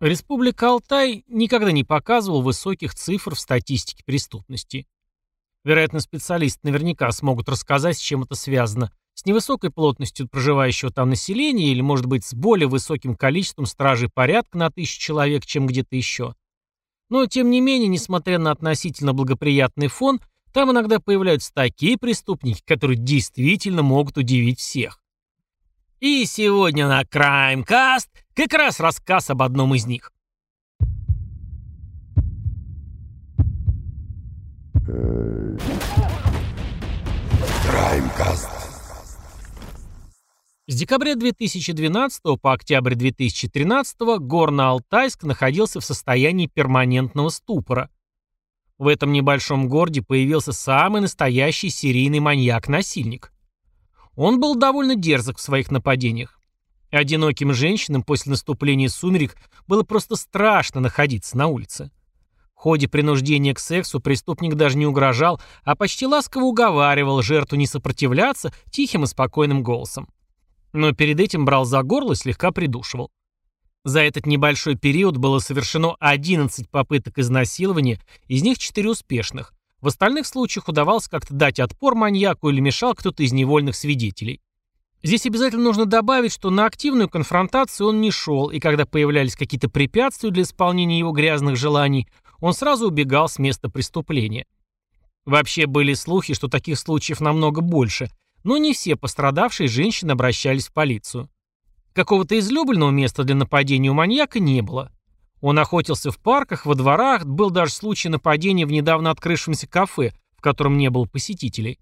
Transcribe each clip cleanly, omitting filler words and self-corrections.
Республика Алтай никогда не показывала высоких цифр в статистике преступности. Вероятно, специалисты наверняка смогут рассказать, с чем это связано. С невысокой плотностью проживающего там населения или, может быть, с более высоким количеством стражей порядка на 1000 человек, чем где-то еще. Но, тем не менее, несмотря на относительно благоприятный фон, там иногда появляются такие преступники, которые действительно могут удивить всех. И сегодня на Crimecast как раз рассказ об одном из них. Crimecast. С декабря 2012 по октябрь 2013 Горно-Алтайск находился в состоянии перманентного ступора. В этом небольшом городе появился самый настоящий серийный маньяк-насильник. Он был довольно дерзок в своих нападениях. Одиноким женщинам после наступления сумерек было просто страшно находиться на улице. В ходе принуждения к сексу преступник даже не угрожал, а почти ласково уговаривал жертву не сопротивляться тихим и спокойным голосом. Но перед этим брал за горло и слегка придушивал. За этот небольшой период было совершено 11 попыток изнасилования, из них 4 успешных. В остальных случаях удавалось как-то дать отпор маньяку или мешал кто-то из невольных свидетелей. Здесь обязательно нужно добавить, что на активную конфронтацию он не шел, и когда появлялись какие-то препятствия для исполнения его грязных желаний, он сразу убегал с места преступления. Вообще были слухи, что таких случаев намного больше, но не все пострадавшие женщины обращались в полицию. Какого-то излюбленного места для нападения у маньяка не было. Он охотился в парках, во дворах, был даже случай нападения в недавно открывшемся кафе, в котором не было посетителей.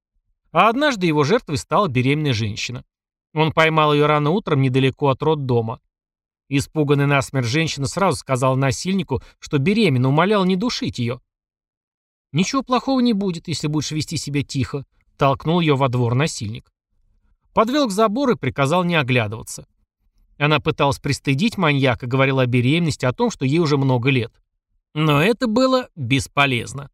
А однажды его жертвой стала беременная женщина. Он поймал ее рано утром недалеко от роддома. Испуганная насмерть женщина сразу сказала насильнику, что беременна, умоляла не душить ее. «Ничего плохого не будет, если будешь вести себя тихо», — толкнул ее во двор насильник. Подвел к забору и приказал не оглядываться. Она пыталась пристыдить маньяка, говорила о беременности, о том, что ей уже много лет. Но это было бесполезно.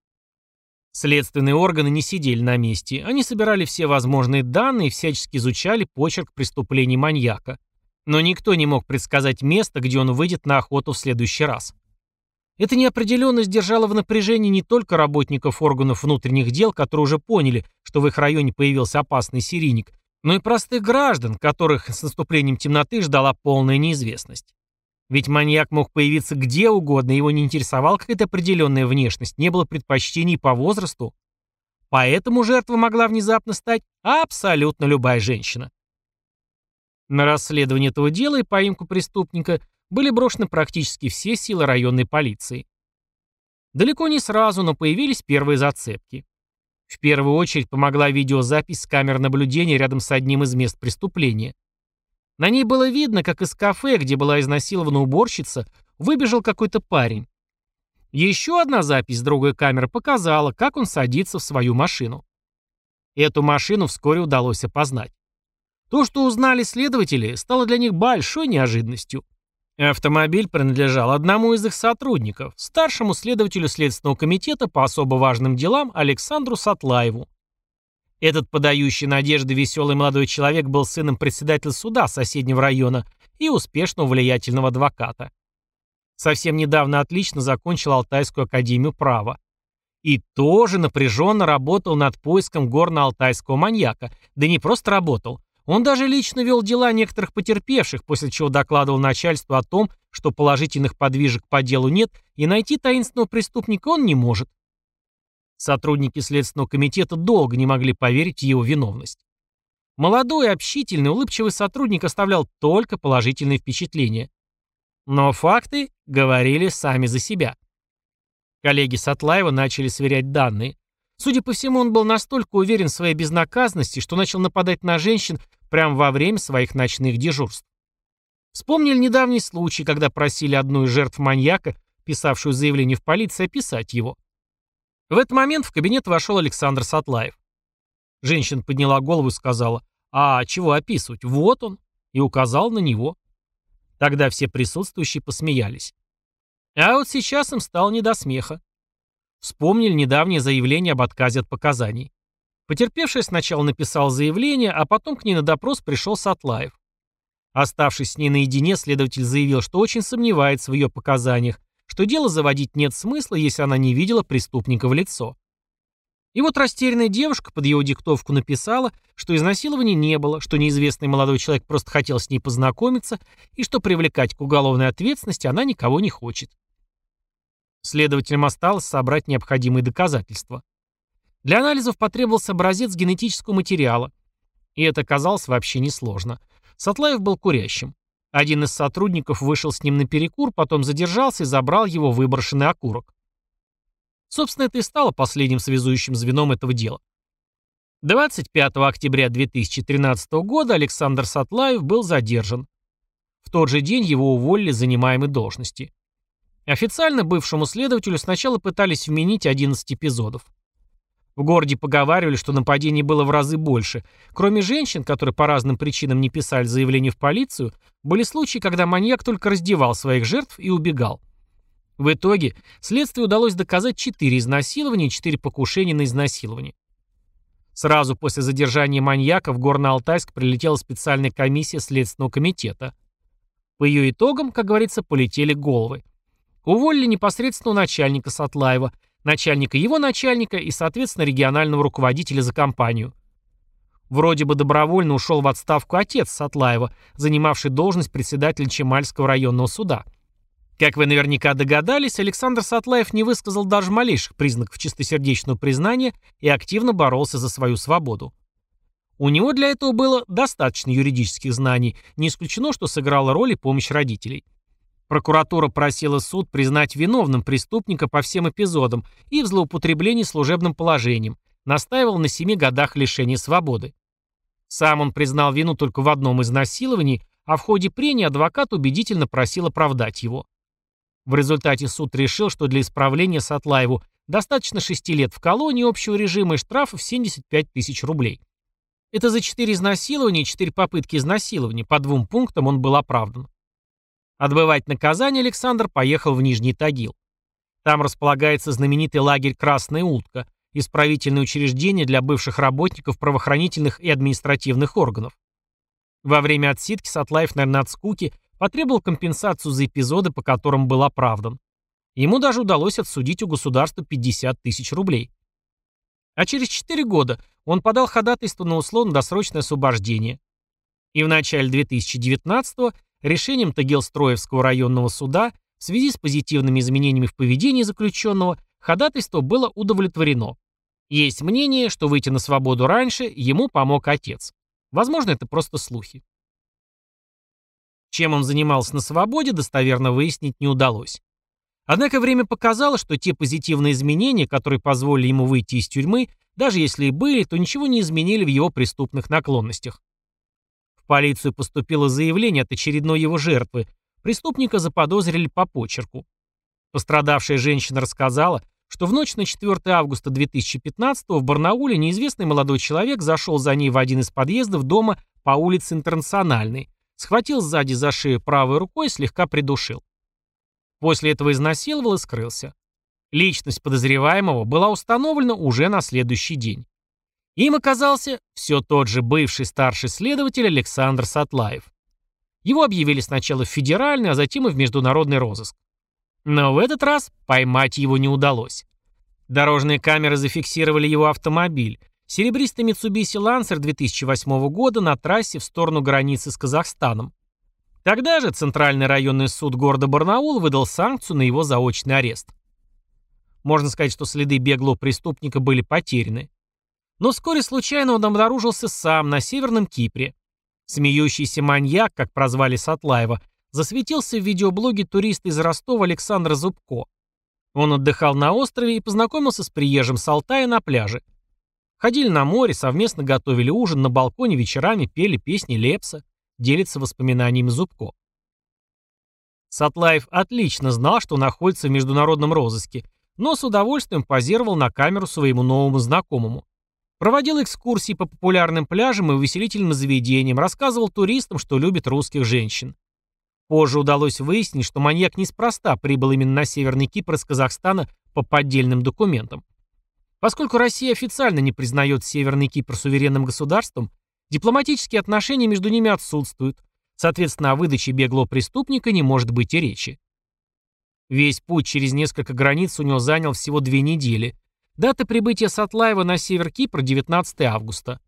Следственные органы не сидели на месте. Они собирали все возможные данные и всячески изучали почерк преступлений маньяка. Но никто не мог предсказать место, где он выйдет на охоту в следующий раз. Эта неопределенность держала в напряжении не только работников органов внутренних дел, которые уже поняли, что в их районе появился опасный серийник, но и простых граждан, которых с наступлением темноты ждала полная неизвестность. Ведь маньяк мог появиться где угодно, его не интересовала какая-то определенная внешность, не было предпочтений по возрасту. Поэтому жертва могла внезапно стать абсолютно любая женщина. На расследование этого дела и поимку преступника были брошены практически все силы районной полиции. Далеко не сразу, но появились первые зацепки. В первую очередь помогла видеозапись с камер наблюдения рядом с одним из мест преступления. На ней было видно, как из кафе, где была изнасилована уборщица, выбежал какой-то парень. Еще одна запись с другой камеры показала, как он садится в свою машину. Эту машину вскоре удалось опознать. То, что узнали следователи, стало для них большой неожиданностью. Автомобиль принадлежал одному из их сотрудников, старшему следователю Следственного комитета по особо важным делам Александру Сатлаеву. Этот подающий надежды веселый молодой человек был сыном председателя суда соседнего района и успешного влиятельного адвоката. Совсем недавно отлично закончил Алтайскую академию права. И тоже напряженно работал над поиском горно-алтайского маньяка. Да не просто работал. Он даже лично вел дела некоторых потерпевших, после чего докладывал начальству о том, что положительных подвижек по делу нет, и найти таинственного преступника он не может. Сотрудники Следственного комитета долго не могли поверить в его виновность. Молодой, общительный, улыбчивый сотрудник оставлял только положительные впечатления. Но факты говорили сами за себя. Коллеги Сатлаева начали сверять данные. Судя по всему, он был настолько уверен в своей безнаказанности, что начал нападать на женщин прямо во время своих ночных дежурств. Вспомнили недавний случай, когда просили одну из жертв маньяка, писавшую заявление в полицию, описать его. В этот момент в кабинет вошел Александр Сатлаев. Женщина подняла голову и сказала: «А чего описывать? Вот он!» и указал на него. Тогда все присутствующие посмеялись. А вот сейчас им стало не до смеха. Вспомнили недавнее заявление об отказе от показаний. Потерпевший сначала написал заявление, а потом к ней на допрос пришел Сатлаев. Оставшись с ней наедине, следователь заявил, что очень сомневается в ее показаниях, что дело заводить нет смысла, если она не видела преступника в лицо. И вот растерянная девушка под его диктовку написала, что изнасилования не было, что неизвестный молодой человек просто хотел с ней познакомиться и что привлекать к уголовной ответственности она никого не хочет. Следователям осталось собрать необходимые доказательства. Для анализов потребовался образец генетического материала, и это оказалось вообще несложно. Сатлаев был курящим. Один из сотрудников вышел с ним на перекур, потом задержался и забрал его выброшенный окурок. Собственно, это и стало последним связующим звеном этого дела. 25 октября 2013 года Александр Сатлаев был задержан. В тот же день его уволили с занимаемой должности. Официально бывшему следователю сначала пытались вменить 11 эпизодов. В городе поговаривали, что нападений было в разы больше. Кроме женщин, которые по разным причинам не писали заявление в полицию, были случаи, когда маньяк только раздевал своих жертв и убегал. В итоге следствию удалось доказать 4 изнасилования и 4 покушения на изнасилование. Сразу после задержания маньяка в Горно-Алтайск прилетела специальная комиссия Следственного комитета. По ее итогам, как говорится, полетели головы. Уволили непосредственно начальника Сатлаева, начальника его начальника и, соответственно, регионального руководителя за компанию. Вроде бы добровольно ушел в отставку отец Сатлаева, занимавший должность председателя Чемальского районного суда. Как вы наверняка догадались, Александр Сатлаев не высказал даже малейших признаков чистосердечного признания и активно боролся за свою свободу. У него для этого было достаточно юридических знаний, не исключено, что сыграла роль и помощь родителей. Прокуратура просила суд признать виновным преступника по всем эпизодам и в злоупотреблении служебным положением, настаивал на 7 годах лишения свободы. Сам он признал вину только в одном изнасиловании, а в ходе прения адвокат убедительно просил оправдать его. В результате суд решил, что для исправления Сатлаеву достаточно 6 лет в колонии общего режима и штрафа в 75 тысяч рублей. Это за 4 изнасилования и 4 попытки изнасилования, по 2 пунктам он был оправдан. Отбывать наказание Александр поехал в Нижний Тагил. Там располагается знаменитый лагерь «Красная утка», исправительное учреждение для бывших работников правоохранительных и административных органов. Во время отсидки Сатлаев, наверное, от скуки, потребовал компенсацию за эпизоды, по которым был оправдан. Ему даже удалось отсудить у государства 50 тысяч рублей. А через 4 года он подал ходатайство на условно-досрочное освобождение. И в начале 2019-го решением Тагилстроевского районного суда в связи с позитивными изменениями в поведении заключенного ходатайство было удовлетворено. Есть мнение, что выйти на свободу раньше ему помог отец. Возможно, это просто слухи. Чем он занимался на свободе, достоверно выяснить не удалось. Однако время показало, что те позитивные изменения, которые позволили ему выйти из тюрьмы, даже если и были, то ничего не изменили в его преступных наклонностях. В полицию поступило заявление от очередной его жертвы. Преступника заподозрили по почерку. Пострадавшая женщина рассказала, что в ночь на 4 августа 2015 в Барнауле неизвестный молодой человек зашел за ней в один из подъездов дома по улице Интернациональной, схватил сзади за шею правой рукой и слегка придушил. После этого изнасиловал и скрылся. Личность подозреваемого была установлена уже на следующий день. Им оказался все тот же бывший старший следователь Александр Сатлаев. Его объявили сначала в федеральный, а затем и в международный розыск. Но в этот раз поймать его не удалось. Дорожные камеры зафиксировали его автомобиль. Серебристый Mitsubishi Lancer 2008 года на трассе в сторону границы с Казахстаном. Тогда же Центральный районный суд города Барнаул выдал санкцию на его заочный арест. Можно сказать, что следы беглого преступника были потеряны. Но вскоре случайно он обнаружился сам на Северном Кипре. Смеющийся маньяк, как прозвали Сатлаева, засветился в видеоблоге туриста из Ростова Александра Зубко. Он отдыхал на острове и познакомился с приезжим с Алтая на пляже. Ходили на море, совместно готовили ужин, на балконе вечерами пели песни Лепса, делится воспоминаниями Зубко. Сатлаев отлично знал, что находится в международном розыске, но с удовольствием позировал на камеру своему новому знакомому. Проводил экскурсии по популярным пляжам и увеселительным заведениям, рассказывал туристам, что любит русских женщин. Позже удалось выяснить, что маньяк неспроста прибыл именно на Северный Кипр из Казахстана по поддельным документам. Поскольку Россия официально не признает Северный Кипр суверенным государством, дипломатические отношения между ними отсутствуют, Соответственно, о выдаче беглого преступника не может быть и речи. Весь путь через несколько границ у него занял всего 2 недели. Дата прибытия Сатлаева на север Кипра — 19 августа.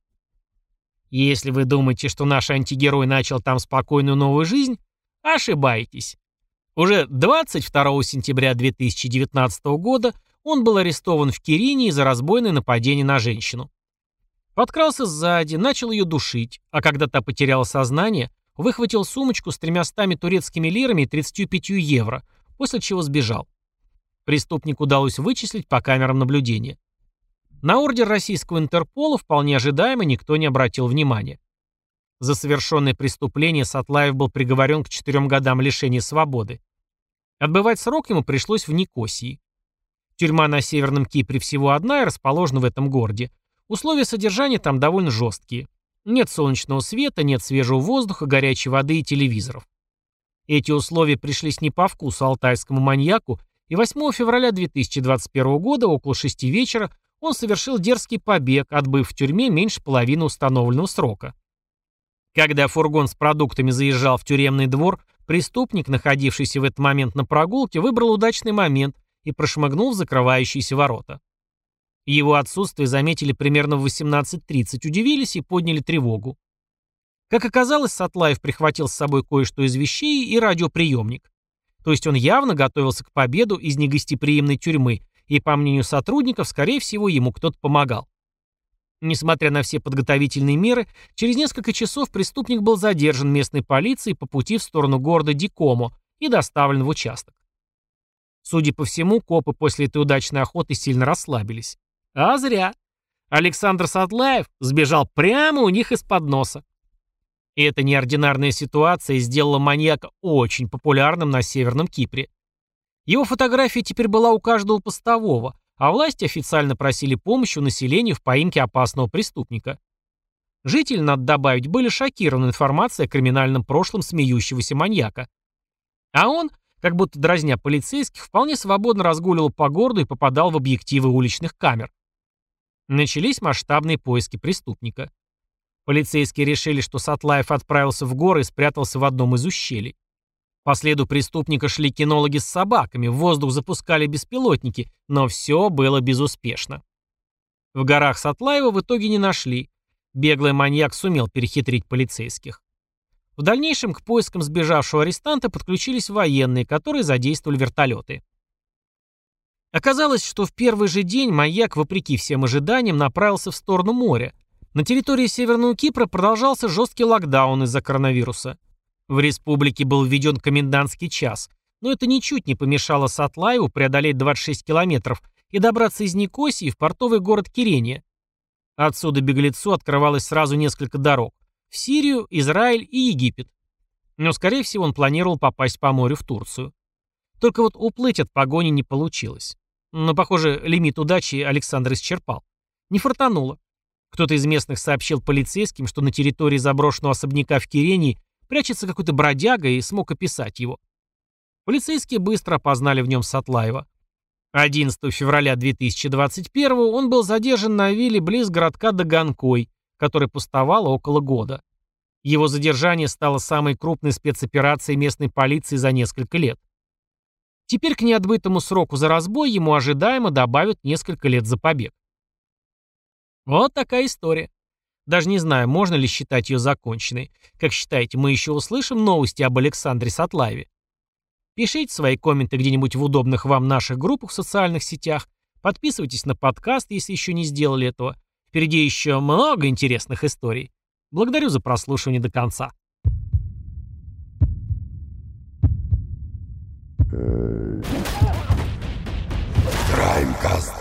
Если вы думаете, что наш антигерой начал там спокойную новую жизнь, ошибаетесь. Уже 22 сентября 2019 года он был арестован в Кирине из-за разбойного нападения на женщину. Подкрался сзади, начал ее душить, а когда та потеряла сознание, выхватил сумочку с 300 турецкими лирами и 35 евро, после чего сбежал. Преступнику удалось вычислить по камерам наблюдения. На ордер российского Интерпола вполне ожидаемо никто не обратил внимания. За совершенное преступление Сатлаев был приговорен к 4 годам лишения свободы. Отбывать срок ему пришлось в Никосии. Тюрьма на Северном Кипре всего одна и расположена в этом городе. Условия содержания там довольно жесткие. Нет солнечного света, нет свежего воздуха, горячей воды и телевизоров. Эти условия пришлись не по вкусу алтайскому маньяку, и 8 февраля 2021 года около 6 вечера он совершил дерзкий побег, отбыв в тюрьме меньше половины установленного срока. Когда фургон с продуктами заезжал в тюремный двор, преступник, находившийся в этот момент на прогулке, выбрал удачный момент и прошмыгнул в закрывающиеся ворота. Его отсутствие заметили примерно в 18:30, удивились и подняли тревогу. Как оказалось, Сатлаев прихватил с собой кое-что из вещей и радиоприемник. То есть он явно готовился к побегу из негостеприимной тюрьмы, и, по мнению сотрудников, скорее всего, ему кто-то помогал. Несмотря на все подготовительные меры, через несколько часов преступник был задержан местной полицией по пути в сторону города Дикомо и доставлен в участок. Судя по всему, копы после этой удачной охоты сильно расслабились. А зря. Александр Сатлаев сбежал прямо у них из-под носа. И эта неординарная ситуация сделала маньяка очень популярным на Северном Кипре. Его фотография теперь была у каждого постового, а власти официально просили помощи у населения в поимке опасного преступника. Жители, надо добавить, были шокированы информацией о криминальном прошлом смеющегося маньяка. А он, как будто дразня полицейских, вполне свободно разгуливал по городу и попадал в объективы уличных камер. Начались масштабные поиски преступника. Полицейские решили, что Сатлаев отправился в горы и спрятался в одном из ущелий. По следу преступника шли кинологи с собаками, в воздух запускали беспилотники, но все было безуспешно. В горах Сатлаева в итоге не нашли. Беглый маньяк сумел перехитрить полицейских. В дальнейшем к поискам сбежавшего арестанта подключились военные, которые задействовали вертолеты. Оказалось, что в первый же день маньяк, вопреки всем ожиданиям, направился в сторону моря. На территории Северного Кипра продолжался жесткий локдаун из-за коронавируса. В республике был введен комендантский час, но это ничуть не помешало Сатлаеву преодолеть 26 километров и добраться из Никосии в портовый город Кирения. Отсюда беглецу открывалось сразу несколько дорог – в Сирию, Израиль и Египет. Но, скорее всего, он планировал попасть по морю в Турцию. Только вот уплыть от погони не получилось. Но, похоже, лимит удачи Александр исчерпал. Не фартануло. Кто-то из местных сообщил полицейским, что на территории заброшенного особняка в Кирении прячется какой-то бродяга, и смог описать его. Полицейские быстро опознали в нем Сатлаева. 11 февраля 2021 он был задержан на вилле близ городка Даганкой, который пустовал около года. Его задержание стало самой крупной спецоперацией местной полиции за несколько лет. Теперь к неотбытому сроку за разбой ему ожидаемо добавят несколько лет за побег. Вот такая история. Даже не знаю, можно ли считать ее законченной. Как считаете, мы еще услышим новости об Александре Сатлаеве? Пишите свои комменты где-нибудь в удобных вам наших группах в социальных сетях. Подписывайтесь на подкаст, если еще не сделали этого. Впереди еще много интересных историй. Благодарю за прослушивание до конца. Краймкаст.